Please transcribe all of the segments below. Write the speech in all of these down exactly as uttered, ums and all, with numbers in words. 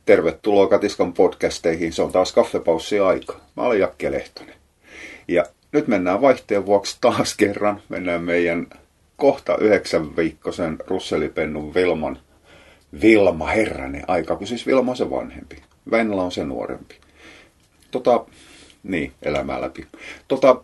Tervetuloa Katiskan podcasteihin. Se on taas kaffepaussi aika. Mä olen Jakke Lehtonen. Ja nyt mennään vaihteen vuoksi taas kerran. Mennään meidän kohta yhdeksän viikkoisen Russelipennun Vilman. Vilma, herranen aika, kun siis Vilma on se vanhempi. Venla on se nuorempi. Tota, niin, elämää läpi. Tota,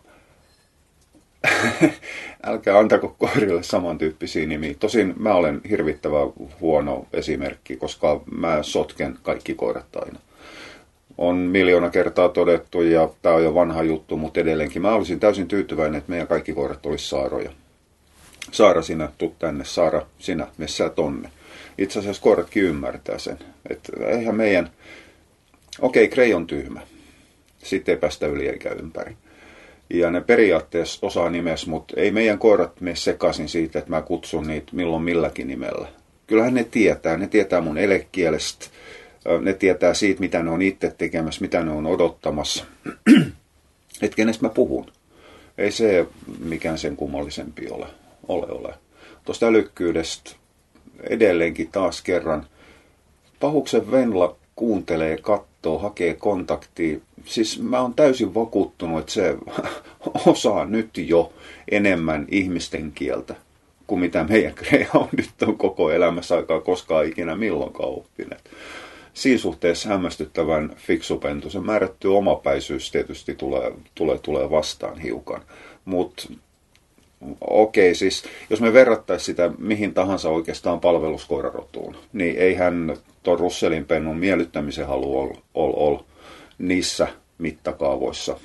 älkää antako koirille samantyyppisiä nimiä. Tosin mä olen hirvittävä huono esimerkki, koska mä sotken kaikki koirat aina. On miljoona kertaa todettu ja tää on jo vanha juttu, mutta edelleenkin mä olisin täysin tyytyväinen, että meidän kaikki koirat olisi Saaroja. Saara, sinä tuu tänne. Saara, sinä, mene sä tonne. Itse asiassa koiratkin ymmärtää sen. Että eihän meidän... Okei, Grey on tyhmä. Sitten ei päästä yli eikä ympäri. Ja ne periaatteessa osaa nimes, mutta ei meidän koirat mene sekaisin siitä, että mä kutsun niitä milloin milläkin nimellä. Kyllähän ne tietää. Ne tietää mun elekielestä. Ne tietää siitä, mitä ne on itse tekemässä, mitä ne on odottamassa. Että kenestä mä puhun. Ei se mikään sen kummallisempi ole. ole, ole. Tuosta älykkyydestä edelleenkin taas kerran. Pahuksen Venla kuuntelee, katsoo, hakee kontaktia. Siis mä oon täysin vakuuttunut, että se osaa nyt jo enemmän ihmisten kieltä kuin mitä meidän Greyhoundit on koko elämässä aikaa koskaan ikinä milloinkaan oppineet. Siinä suhteessa hämmästyttävän fiksu pentu. Se määrätty omapäisyys tietysti tulee, tulee, tulee vastaan hiukan. Mutta okei, okay, siis jos me verrattaisiin sitä mihin tahansa oikeastaan palveluskoirarotuun, niin eihän tuon Russelin pennun miellyttämisen halu olla ol, ol, niissä mittakaavoissa.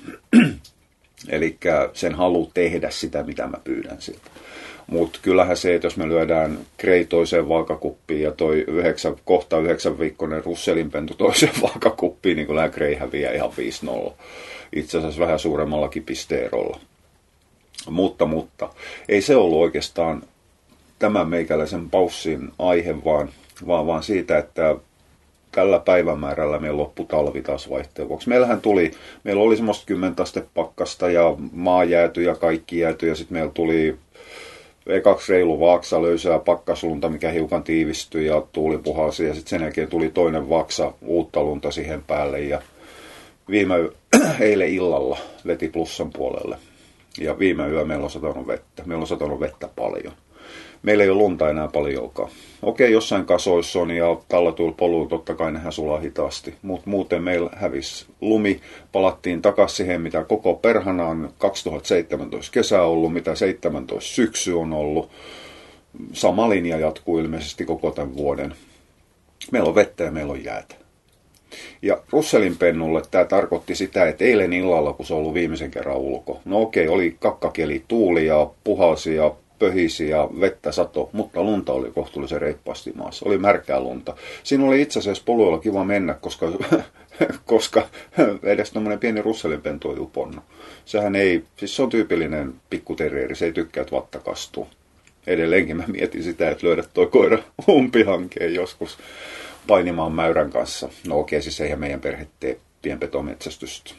Eli sen halu tehdä sitä, mitä mä pyydän siltä. Mutta kyllähän se, että jos me lyödään Grey toiseen vaakakuppiin ja toi yhdeksän, kohta yhdeksän viikkoinen Russelin pentu toiseen vaakakuppiin, niin kyllähän Grey häviää ihan viisi nolla. Itse asiassa vähän suuremmallakin pisteerolla. Mutta, mutta ei se ollut oikeastaan tämän meikäläisen paussin aihe, vaan, vaan, vaan siitä, että tällä päivämäärällä meillä loppui talvi taas vaihteen vuoksi. Meillähän tuli, meillä oli semmoista kymmentä astepakkasta ja maa jääty ja kaikki jääty ja sitten meillä tuli ekaksi reilu vaaksa, löysää pakkaslunta, mikä hiukan tiivistyi ja tuuli puhalsi ja sitten sen jälkeen tuli toinen vaaksa, uutta lunta siihen päälle ja viime eilen illalla veti plussan puolelle. Ja viime yö meillä on satanut vettä. Meillä on satanut vettä paljon. Meillä ei ole lunta enää paljonkaan. Okei, jossain kasoissa on ja tallatuilla poluilla totta kai nehän sulaa hitaasti. Mutta muuten meillä hävisi lumi. Palattiin takaisin siihen, mitä koko perhana on kaksituhattaseitsemäntoista kesä ollut, mitä seitsemäntoista syksy on ollut. Sama linja jatkuu ilmeisesti koko tämän vuoden. Meillä on vettä ja meillä on jäätä. Ja Russelin pennulle tämä tarkoitti sitä, että eilen illalla, kun se on ollut viimeisen kerran ulko. No okei, oli kakkakeli, tuuli ja puhalsi ja pöhisi ja vettä sato, mutta lunta oli kohtuullisen reippaasti maassa. Oli märkää lunta. Siinä oli itse asiassa poluilla kiva mennä, koska, koska edes tommoinen pieni Russelin pentu ei uponnut. Sehän ei, siis se on tyypillinen pikkuterrieri, se ei tykkää, että vatta kastuu. Edelleenkin mä mietin sitä, että löydät toi koira umpihankeen joskus painimaan mäyrän kanssa. No okei, siis eihän meidän perhe tee pienpetometsästystä.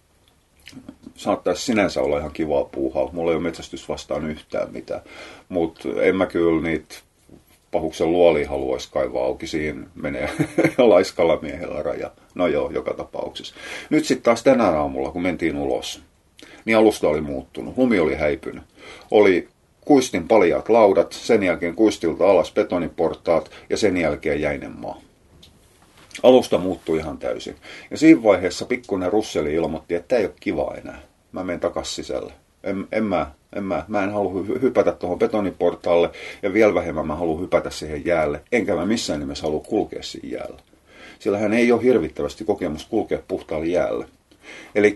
Saattaisi sinänsä olla ihan kivaa puuhaa. Mulla ei ole metsästys vastaan yhtään mitään. Mutta en mä kyllä niitä pahuksen luolia haluaisi kaivaa auki. Siinä menee laiskalla miehellä raja. No joo, joka tapauksessa. Nyt sitten taas tänään aamulla, kun mentiin ulos, niin alusta oli muuttunut. Lumi oli häipynyt. Oli kuistin paljaat laudat, sen jälkeen kuistilta alas betoniportaat ja sen jälkeen jäinen maa. Alusta muuttui ihan täysin. Ja siinä vaiheessa pikkuinen Russeli ilmoitti, että tämä ei ole kiva enää. Mä menen takaisin sisälle. En, en, mä, en, mä, mä en halua hypätä tuohon betoniportaalle ja vielä vähemmän mä haluan hypätä siihen jäälle. Enkä mä missään nimessä halua kulkea siinä jäällä. Sillä hän ei ole hirvittävästi kokemus kulkea puhtaalle jäälle. Eli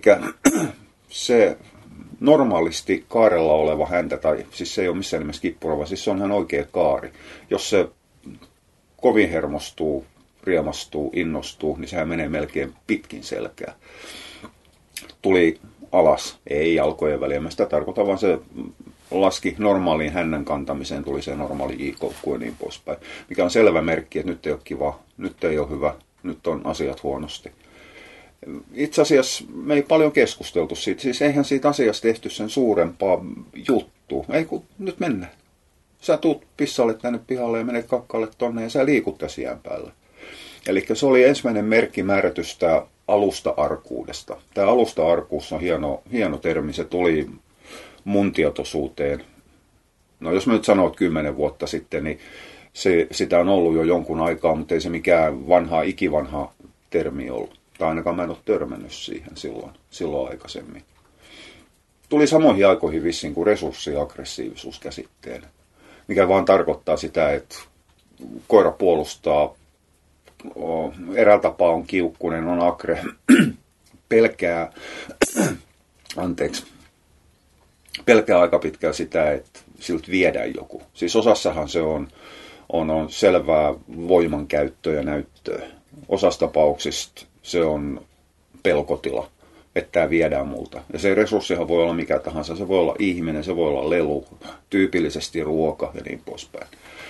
se normaalisti kaarella oleva häntä, tai siis se ei ole missään nimessä kippurava, siis se on ihan oikea kaari. Jos se kovin hermostuu, riemastuu, innostuu, niin sehän menee melkein pitkin selkää. Tuli alas, ei jalkojen väliä, mä sitä tarkoitan, vaan se laski normaaliin hännän kantamiseen, tuli se normaali j-koukku ja niin poispäin. Mikä on selvä merkki, että nyt ei ole kiva, nyt ei ole hyvä, nyt on asiat huonosti. Itse asiassa me ei paljon keskusteltu siitä, siis eihän siitä asiasta tehty sen suurempaa juttua. Ei kun nyt mennään. Sä tuut pissalle tänne pihalle ja menet kakkalle tonne ja sä liikut tässä jään päällä. Eli se oli ensimmäinen merkki määrätystä alusta-arkuudesta. Tämä alusta-arkuus on hieno, hieno termi, se tuli mun tietoisuuteen. No jos mä nyt sanon, että kymmenen vuotta sitten, niin se, sitä on ollut jo jonkun aikaa, mutta ei se mikään vanha, ikivanha termi ollut. Tai ainakaan mä en ole törmännyt siihen silloin, silloin aikaisemmin. Tuli samoihin aikoihin vissiin kuin resurssiaggressiivisuus käsitteenä, mikä vaan tarkoittaa sitä, että koira puolustaa, eräällä tapaa on kiukkunen, on agre, pelkää, anteeksi, pelkää aika pitkään sitä, että siltä viedään joku. Siis osassahan se on, on, on selvää voimankäyttöä ja näyttöä. Osassa tapauksista se on pelkotila, että tämä viedään multa. Ja se resurssihan voi olla mikä tahansa. Se voi olla ihminen, se voi olla lelu, tyypillisesti ruoka ja niin poispäin.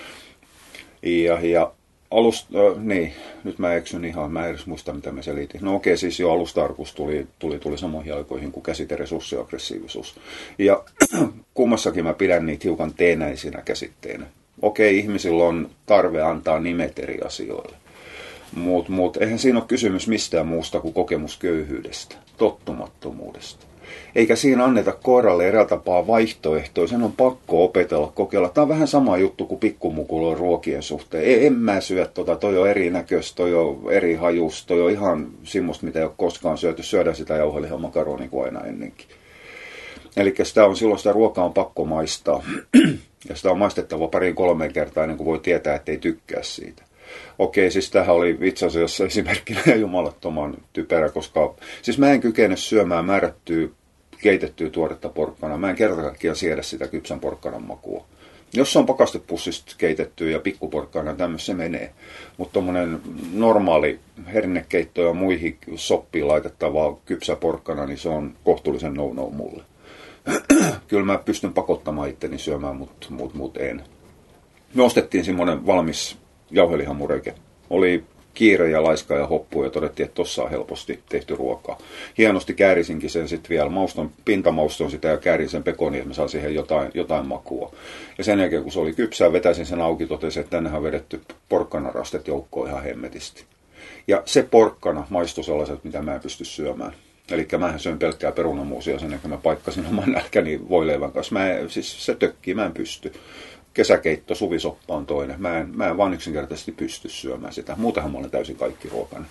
Ja, ja alusta, äh, niin, nyt mä eksyn ihan, mä en edes muista mitä mä selitin. No okei, siis jo alustarkuus tuli, tuli, tuli samoihin aikoihin kuin käsite resurssiaggressiivisuus. Ja kummassakin mä pidän niitä hiukan teenäisinä käsitteinä. Okei, ihmisillä on tarve antaa nimet eri asioille. Mutta mut, eihän siinä ole kysymys mistään muusta kuin kokemusköyhyydestä, tottumattomuudesta. Eikä siinä anneta koiralle eräällä tapaa vaihtoehtoja, sen on pakko opetella, kokeilla. Tämä on vähän sama juttu kuin pikkumukuloon ruokien suhteen. Ei, en mä syö tota, toi on erinäköistä, toi on eri hajusta, toi on ihan semmoista, mitä ei ole koskaan syöty. Syödään sitä jauhelihan makaronia kuin aina ennenkin. Eli sitä on silloin sitä ruokaa on pakko maistaa. Ja sitä on maistettava pariin kolmeen kertaan ennen kuin voi tietää, että ei tykkää siitä. Okei, siis tämähän oli itse asiassa esimerkkinä jumalattoman typerä, koska siis mä en kykene syömään määrättyä keitettyä tuoretta porkkana. Mä en kerta kaikkiaan siedä sitä kypsän porkkanan makua. Jos se on pakastepussista keitettyä ja pikkuporkkana, tämmöistä se menee. Mutta tommonen normaali hernekeitto ja muihin soppiin laitettava kypsä porkkana, niin se on kohtuullisen no-no mulle. Kyllä mä pystyn pakottamaan itteni syömään, mutta mut, mut en. Me ostettiin semmoinen valmis jauhelihamureke. Oli kiire ja laiska ja hoppu ja todettiin, että tossa on helposti tehty ruokaa. Hienosti käärisinkin sen sitten vielä. Mauston, pintamauston sitä ja käärin sen pekonia, että mä saan siihen jotain, jotain makua. Ja sen jälkeen kun se oli kypsää, vetäisin sen auki, totesin, että tännehän on vedetty porkkanarastet joukkoon ihan hemmetisti. Ja se porkkana maistui sellaiset, mitä mä en pysty syömään. Eli mähän syön pelkkää perunamuusia sen, että mä paikkasin oman nälkäni voileivän kanssa. Mä en, siis se tökkii, mä en pysty. Kesäkeitto, suvisoppa on toinen. Mä en, mä en vaan yksinkertaisesti pysty syömään sitä. Muutenhan mä olen täysin kaikki ruokana.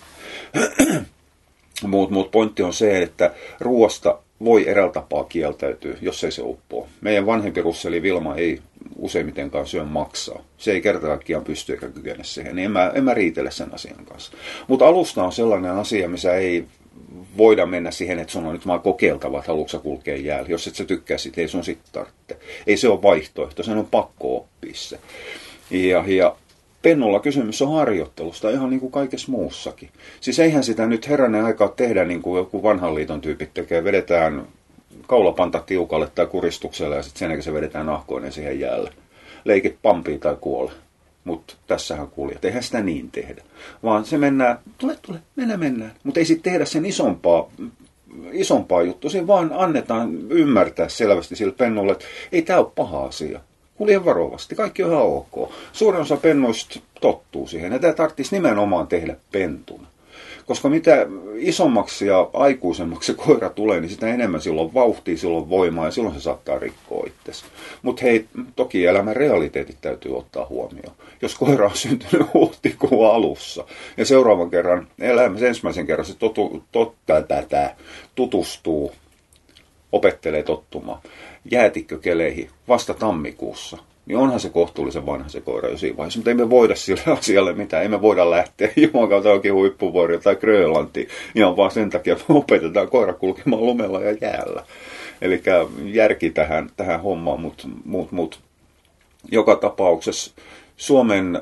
Mut, mut pointti on se, että ruoasta voi eräällä tapaa kieltäytyä, jos ei se uppoo. Meidän vanhempi russeli Vilma ei useimmitenkaan syö maksaa. Se ei kerta kaikkiaan pysty eikä kykene siihen. Niin en mä, en mä riitele sen asian kanssa. Mutta alusta on sellainen asia, missä ei voida mennä siihen, että sun on nyt vaan kokeiltava, että haluatko kulkea jäällä. Jos et sä tykkää siitä, ei sun sitten tarvitse. Ei se ole vaihtoehto, sen on pakko oppia se. Ja, ja pennulla kysymys on harjoittelusta, ihan niin kuin kaikessa muussakin. Siis eihän sitä nyt herranen aikaa tehdä niin kuin joku vanhan liiton tyypit tekee. Vedetään kaulapanta tiukalle tai kuristukselle ja sitten sen jälkeen se vedetään nahkoinen siihen jäälle. Leikit pampii tai kuole. Mutta tässähän kuljet. Eihän sitä niin tehdä. Vaan se mennään, tule, tule, mennään, mennään. Mutta ei sitten tehdä sen isompaa, isompaa juttua. Siinä vaan annetaan ymmärtää selvästi sille pennulle, että ei tämä ole paha asia. Kulje varovasti. Kaikki on ihan ok. Suurin osa pennuista tottuu siihen. Ja tämä tarvitsisi nimenomaan tehdä pentuna. Koska mitä isommaksi ja aikuisemmaksi se koira tulee, niin sitä enemmän silloin vauhtia, silloin voimaa ja silloin se saattaa rikkoa itsensä. Mutta hei, toki elämän realiteetit täytyy ottaa huomioon. Jos koira on syntynyt huhtikuun alussa ja seuraavan kerran, elämässä ensimmäisen kerran se totu, tot, tätä, tutustuu, opettelee tottumaan jäätikkökeleihin vasta tammikuussa, niin onhan se kohtuullisen vanha se koira jo siinä vaiheessa. Mutta ei me voida sille asialle mitään. Ei me voida lähteä juman kautta jokin Huippuvuoria tai Grönlantiin ihan vaan sen takia, että me opetetaan koira kulkemaan lumella ja jäällä. Eli järki tähän, tähän hommaan, mutta mut, mut. Joka tapauksessa Suomen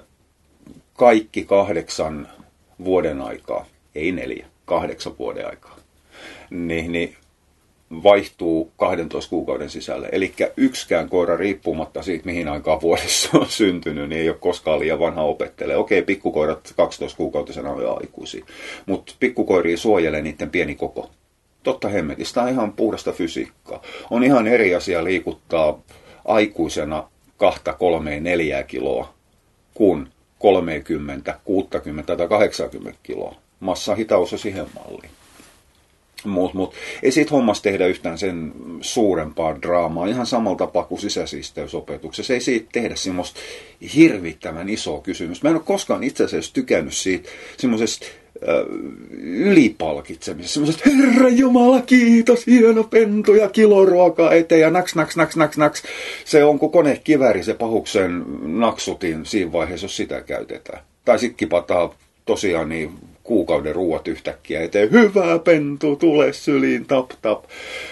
kaikki kahdeksan vuoden aikaa, ei neljä, kahdeksan vuoden aikaa, niin, niin vaihtuu kahdentoista kuukauden sisällä. Eli yksikään koira riippumatta siitä, mihin aikaan vuodessa on syntynyt, niin ei ole koskaan liian vanha opettelee. Okei, pikkukoirat kaksitoista kuukautisena on jo aikuisia, mutta pikkukoiria suojelee niiden pieni koko. Totta hemmetistä, tämä on ihan puhdasta fysiikkaa. On ihan eri asia liikuttaa aikuisena kahta, kolmeen, neljää kiloa, kun kolmekymmentä, kuusikymmentä tai kahdeksankymmentä kiloa. Massahitaus on siihen malliin. Mutta mut, ei siitä hommasta tehdä yhtään sen suurempaa draamaa, ihan samalla tapaa kuin sisäsiisteysopetuksessa. Ei siitä tehdä semmoista hirvittävän isoa kysymystä. Mä en ole koskaan itse asiassa tykännyt siitä semmoisesta äh, ylipalkitsemisesta. Semmoisesta, Herra Jumala, kiitos, hieno pentu ja kiloruokaa eteen ja naks, naks, naks, naks, naks. Se on kuin konekivääri, se pahuksen naksutin siinä vaiheessa, jos sitä käytetään. Tai sitten kipataan tosiaan niin kuukauden ruuat yhtäkkiä eteen. Hyvä pentu, tule syliin, tap tap.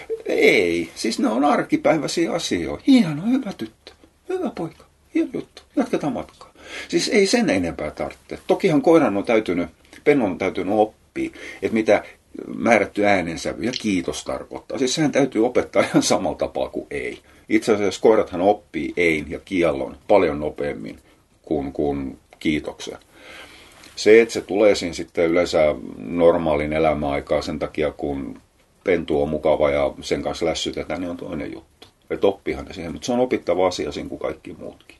Ei, siis ne on arkipäiväisiä asioita. Hieno, hyvä tyttö, hyvä poika, hieno juttu, jatketaan matkaa. Siis ei sen enempää tarvitse. Tokihan koiran on täytynyt, pennun on täytynyt oppia, että mitä määrätty äänensävy ja kiitos tarkoittaa. Siis sehän täytyy opettaa ihan samalla tapaa kuin ei. Itse asiassa koirathan oppii ein ja kiellon paljon nopeammin kuin, kuin kiitoksen. Se, että se tulee siinä sitten yleensä normaalin elämäaikaa sen takia, kun pentu on mukava ja sen kanssa lässytetään, niin on toinen juttu. Että oppihan ne siihen, mutta se on opittava asia siinä kuin kaikki muutkin.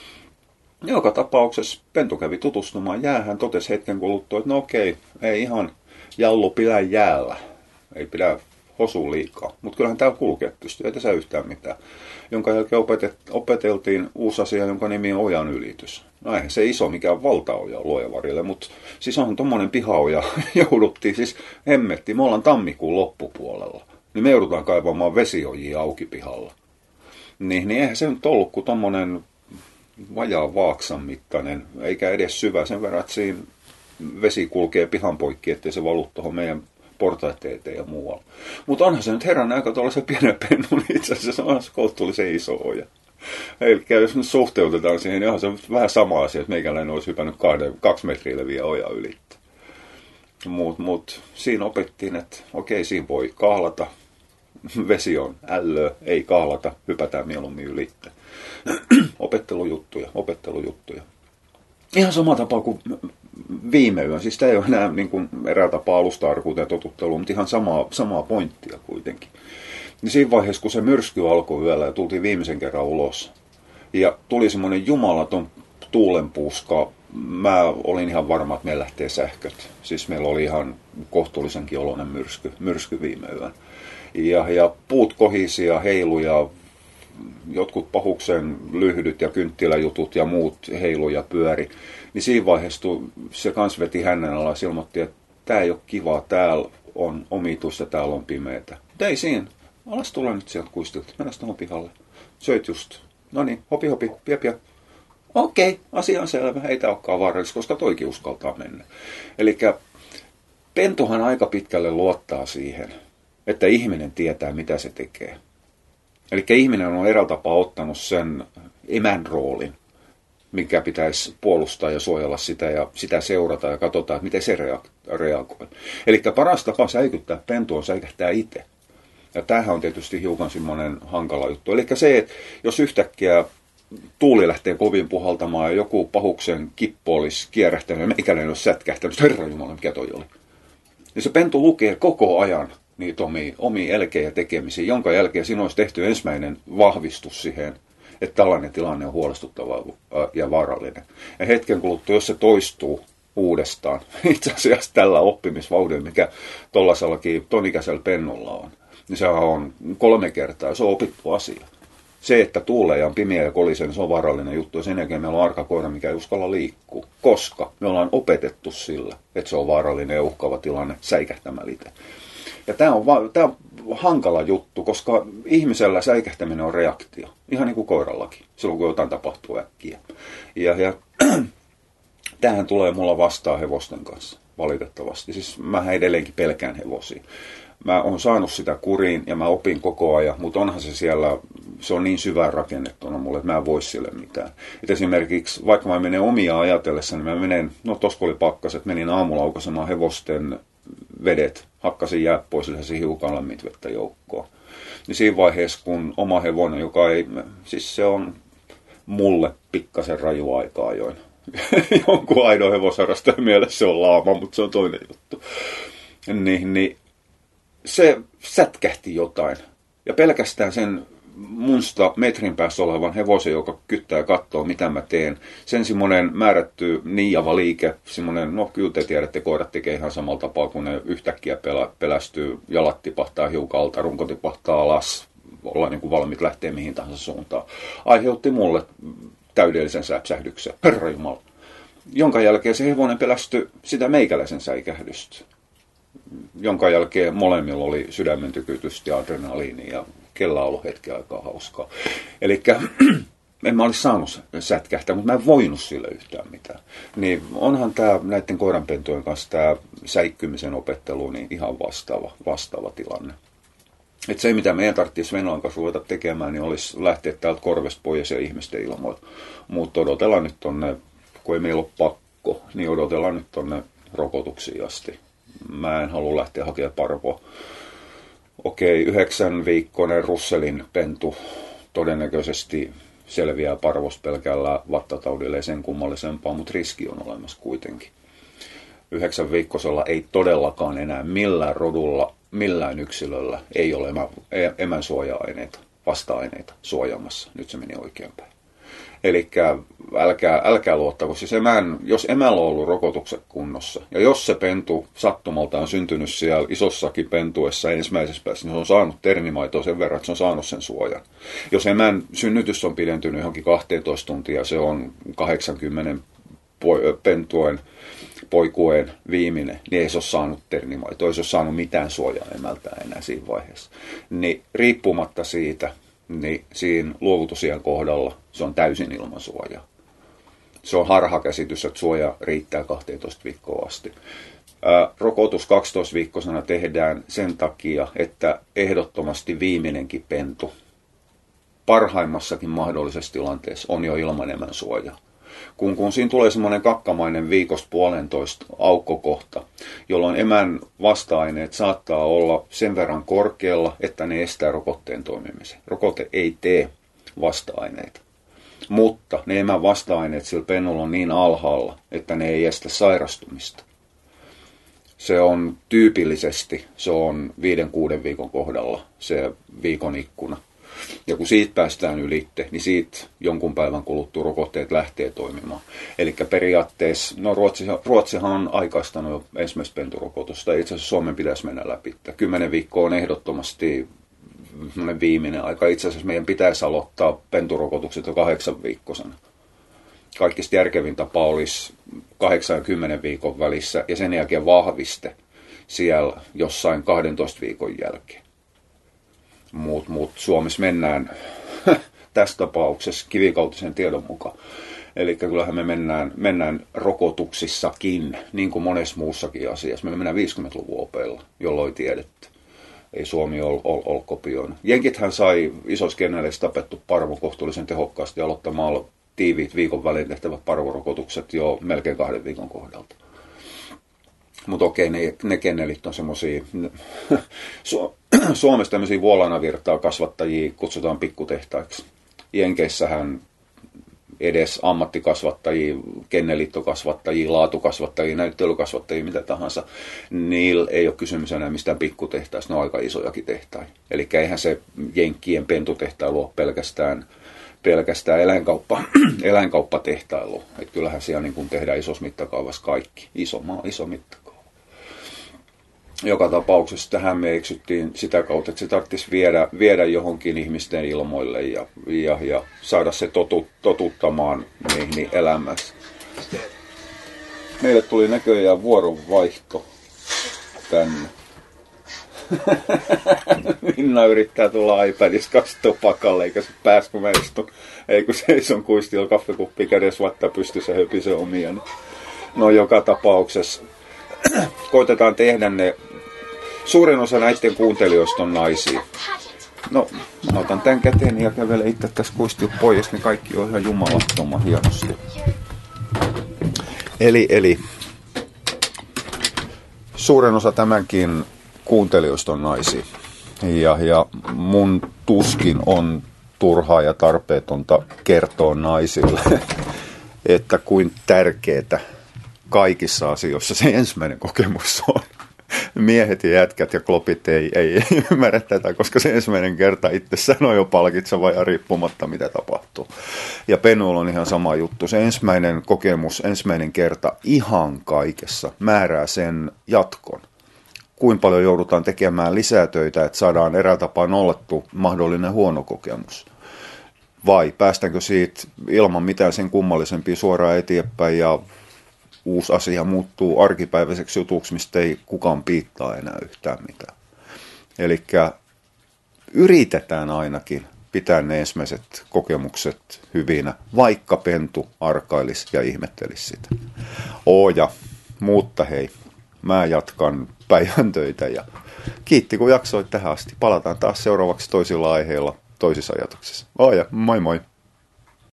Joka tapauksessa pentu kävi tutustumaan jäähän, totesi hetken kuluttua, että no okei, ei ihan jallu pidä jäällä, ei pidä hosua liikaa. Mutta kyllähän täällä kulkea pystyy, ei tässä yhtään mitään. Jonka jälkeen opetet, opeteltiin uusi asia, jonka nimi on ojan ylitys. No eihän se iso mikään valtaoja luojavarille, mutta siis onhan tommonen pihaoja, jouduttiin siis hemmettiin. Me ollaan tammikuun loppupuolella, niin me joudutaan kaivamaan vesiojia auki pihalla. Niin, niin eihän se nyt ollut kuin tommonen vajaa vaaksan mittainen, eikä edes syvä sen verran, että siinä vesi kulkee pihan poikki, ettei se valu tuohon meidän portaiden eteen ja muualla. Mutta onhan se nyt herran aika tuollaisen pienen pennun, niin itse asiassa onhan se kohtuullisen iso oja. Eli jos nyt suhteutetaan siihen, niin onhan se vähän sama asia, että meikäläinen olisi hypännyt kahden, kaksi metriä leviä oja ylittä. Mutta mut, siinä opettiin, että okei, siinä voi kahlata. Vesi on ällöä, ei kahlata, hypätään mieluummin ylittä. Opettelujuttuja, opettelujuttuja. Ihan sama tapa kuin viime yön. Siis tämä ei ole enää niin kuin erää tapaa alusta-arkuuteen totuttelua, mutta ihan samaa, samaa pointtia kuitenkin. Niin siinä vaiheessa, kun se myrsky alkoi yöllä ja tultiin viimeisen kerran ulos, ja tuli semmoinen jumalaton tuulenpuuska, mä olin ihan varma, että meillä lähtee sähköt. Siis meillä oli ihan kohtuullisenkin oloinen myrsky, myrsky viime yön. Ja, ja puut kohisi ja heilu ja jotkut pahuksen lyhdyt ja kynttiläjutut ja muut heilu ja pyöri. Niin siinä vaiheessa se kans veti hänen alas ja ilmoitti, että tää ei ole kivaa, täällä on omitus ja täällä on pimeätä. Mutta ei siinä. Alas tulee nyt sieltä kuistilta. Mennään tuohon pihalle. Söit just. No niin, hopi hopi, pia pia. Okei, asia on selvä. Ei tää olekaan vaarallista, koska toikin uskaltaa mennä. Elikkä pentuhan aika pitkälle luottaa siihen, että ihminen tietää, mitä se tekee. Eli ihminen on eräällä tapaa ottanut sen emän roolin, mikä pitäisi puolustaa ja suojella sitä ja sitä seurata ja katsotaan, että miten se reagoi. Eli paras tapa säikyttää pentu on säikähtää itse. Ja tämähän on tietysti hiukan semmoinen hankala juttu. Eli se, että jos yhtäkkiä tuuli lähtee kovin puhaltamaan ja joku pahuksen kippo olisi kierähtänyt ja meikäläinen olisi sätkähtänyt, herranjumala, mikä toi oli. Niin se pentu lukee koko ajan niitä omia, omia elkejä tekemisiä, jonka jälkeen siinä olisi tehty ensimmäinen vahvistus siihen, että tällainen tilanne on huolestuttava ja vaarallinen. Ja hetken kuluttua, jos se toistuu uudestaan, itse asiassa tällä oppimisvauhdilla, mikä tuollaisellakin tonikäisellä pennulla on, niin sehän on kolme kertaa ja se on opittu asia. Se, että tuulee ja on pimeä ja kolisen, se on vaarallinen juttu. Ja sen jälkeen meillä on arka koira, mikä ei uskalla liikkua, koska me ollaan opetettu sillä, että se on vaarallinen ja uhkaava tilanne säikähtämällä itse. Ja tämä on, va- tämä on hankala juttu, koska ihmisellä säikähtäminen on reaktio. Ihan niin kuin koirallakin, silloin kun jotain tapahtuu äkkiä. Ja, ja tämähän tulee mulla vastaan hevosten kanssa, valitettavasti. Siis mä edelleenkin pelkään hevosia. Mä oon saanut sitä kuriin ja mä opin koko ajan, mutta onhan se siellä, se on niin syvään rakennettuna mulle, että mä en voi sille mitään. Et esimerkiksi, vaikka mä menen omia ajatellessa, niin mä menen, no tossa kun oli pakkaset, menin aamulla aukaisemaan hevosten vedet, hakkasin jää pois, lisäsin hiukan lämmintä vettä joukkoon. Niin siinä vaiheessa, kun oma hevonen, joka ei, siis se on mulle pikkasen raju aika ajoin. Jonkun aidon hevosharrastajan mielessä se on laama, mutta se on toinen juttu. Niin, niin se sätkähti jotain. Ja pelkästään sen munsta metrin päässä olevan hevosen, joka kyttää ja katsoo, mitä mä teen. Sen semmoinen määrätty niijava liike, semmoinen, no kyllä te tiedätte, koirat tekee ihan samalla tapaa, kun ne yhtäkkiä pelä, pelästyy, jalat tipahtaa hiukalta, runko tipahtaa alas, ollaan niin kuin valmiit lähteä mihin tahansa suuntaan. Aiheutti mulle täydellisen säpsähdyksen, herra jumala. Jonka jälkeen se hevonen pelästyi sitä meikäläisen säikähdystä. Jonka jälkeen molemmilla oli sydämen tykytystä ja adrenaliinia ja kellä on ollut hetken aikaa hauskaa. Eli en mä olisi saanut sätkähtää, mutta mä en voinut sille yhtään mitään. Niin onhan tämä näiden koiranpentujen kanssa tämä säikkymisen opettelu niin ihan vastaava, vastaava tilanne. Et se, mitä meidän tarvitsisi Venlan kanssa ruveta tekemään, niin olisi lähteä täältä korvesta pois ja ihmisten ilmoilta. Mutta odotellaan nyt tonne, kun ei meillä ole pakko, niin odotellaan nyt tonne rokotuksiin asti. Mä en halua lähteä hakemaan parvoa. Okei, yhdeksän viikkoinen Russellin pentu todennäköisesti selviää parvosta pelkällä vattataudilla ja sen kummallisempaa, mutta riski on olemassa kuitenkin. Yhdeksän viikkoisella ei todellakaan enää millään rodulla, millään yksilöllä ei ole emä, emän suoja-aineita, vasta-aineita suojaamassa. Nyt se meni oikeinpäin. Eli älkää, älkää luottako. Siis emän, jos emällä on ollut rokotukset kunnossa, ja jos se pentu sattumalta on syntynyt siellä isossakin pentuessa ensimmäisessä päässä, niin se on saanut ternimaitoa sen verran, että se on saanut sen suojan. Jos emän synnytys on pidentynyt johonkin kaksitoista tuntia, ja se on kahdeksankymmentä pentuen poikueen viimeinen, niin ei se ole saanut ternimaitoa, ei se ole saanut mitään suojaa emältään enää siinä vaiheessa. Niin riippumatta siitä, niin siinä luovutusiän kohdalla se on täysin ilman suojaa. Se on harhakäsitys, että suoja riittää kaksitoista viikkoa asti. Ää, rokotus kaksitoista viikkoisena tehdään sen takia, että ehdottomasti viimeinenkin pentu parhaimmassakin mahdollisessa tilanteessa on jo ilman emän suojaa. Kun, kun siinä tulee semmoinen kakkamainen viikosta puolentoista aukkokohta, jolloin emän vasta-aineet saattaa olla sen verran korkealla, että ne estää rokotteen toimimisen. Rokote ei tee vasta-aineita, mutta ne emän vasta-aineet sillä pennulla on niin alhaalla, että ne ei estä sairastumista. Se on tyypillisesti, se on viiden kuuden viikon kohdalla se viikon ikkuna. Ja kun siitä päästään ylitte, niin siitä jonkun päivän kuluttua rokotteet lähtee toimimaan. Eli periaatteessa, no Ruotsi, Ruotsihan on aikaistanut jo ensimmäistä penturokotusta. Itse asiassa Suomen pitäisi mennä läpi. Kymmenen viikkoa on ehdottomasti viimeinen aika. Itse asiassa meidän pitäisi aloittaa penturokotukset jo kahdeksan viikkosena. Kaikista järkevin tapa olisi kahdeksan ja kymmenen viikon välissä ja sen jälkeen vahviste siellä jossain kahdentoista viikon jälkeen. Mutta mut Suomessa mennään tässä tapauksessa kivikautisen tiedon mukaan. Eli kyllähän me mennään, mennään rokotuksissakin, niin kuin monessa muussakin asiassa. Me mennään viisikymmentäluvun opeilla, jolloin ei tiedetty. Ei Suomi ole ol, ol kopioinut. Jenkithän sai isossa kenelleissä tapettu parvo kohtuullisen tehokkaasti aloittamalla tiiviit viikon välein tehtävät parvorokotukset jo melkein kahden viikon kohdalta. Mutta okei, ne, ne kennelit on semmoisia, Su- Suomessa tämmöisiä vuolanavirtaa kasvattajia kutsutaan pikkutehtaiksi. Jenkeissähän edes ammattikasvattajia, kenneliittokasvattajia, laatukasvattajia, näyttelykasvattajia, mitä tahansa, niillä ei ole kysymys enää mistään pikkutehtaista, ne on aika isojakin tehtaita. Eli eihän se jenkkien pentutehtailu ole pelkästään, pelkästään eläinkauppa, eläinkauppatehtailua. Että kyllähän siellä niin kun tehdään isossa mittakaavassa kaikki, iso maa, iso mittakaava. Joka tapauksessa tähän me eksyttiin sitä kautta, että se tarvitsisi viedä, viedä johonkin ihmisten ilmoille ja, ja, ja saada se totu, totuttamaan niihin elämässä. Meille tuli näköjään vuoronvaihto tänne. Minna yrittää tulla iPadissa kastua pakalle, eikä se pääs kun mä istun. Ei kun seison kuistilla kaffekuppi kädessä vatta pystyssä höpisee omia. No joka tapauksessa koitetaan tehdä ne. Suurin osa näiden kuuntelijoista on naisia. No, mä otan tämän käteen ja kävelen itse tässä kuistilla pois, niin kaikki on ihan jumalattoman hienosti. Eli, eli suurin osa tämänkin kuuntelijoista on naisia. Ja, ja mun tuskin on turhaa ja tarpeetonta kertoa naisille, että kuin tärkeää kaikissa asioissa se ensimmäinen kokemus on. miehet ja jätkät ja klopit ei, ei ymmärrä tätä, koska se ensimmäinen kerta itsessään on jo palkitseva ja riippumatta mitä tapahtuu. Ja Penulla on ihan sama juttu. Se ensimmäinen kokemus, ensimmäinen kerta ihan kaikessa määrää sen jatkon. Kuinka paljon joudutaan tekemään lisää töitä, että saadaan eräällä tapaa nollattu mahdollinen huono kokemus. Vai päästäänkö siitä ilman mitään sen kummallisempia suoraan eteenpäin ja uusi asia muuttuu arkipäiväiseksi jutuksi, mistä ei kukaan piittaa enää yhtään mitään. Eli yritetään ainakin pitää ne ensimmäiset kokemukset hyvinä, vaikka pentu arkailisi ja ihmettelisi sitä. Oo ja, mutta hei, mä jatkan päivän töitä ja kiitti kun jaksoit tähän asti. Palataan taas seuraavaksi toisilla aiheilla, toisissa ajatuksissa. Oo ja, moi moi!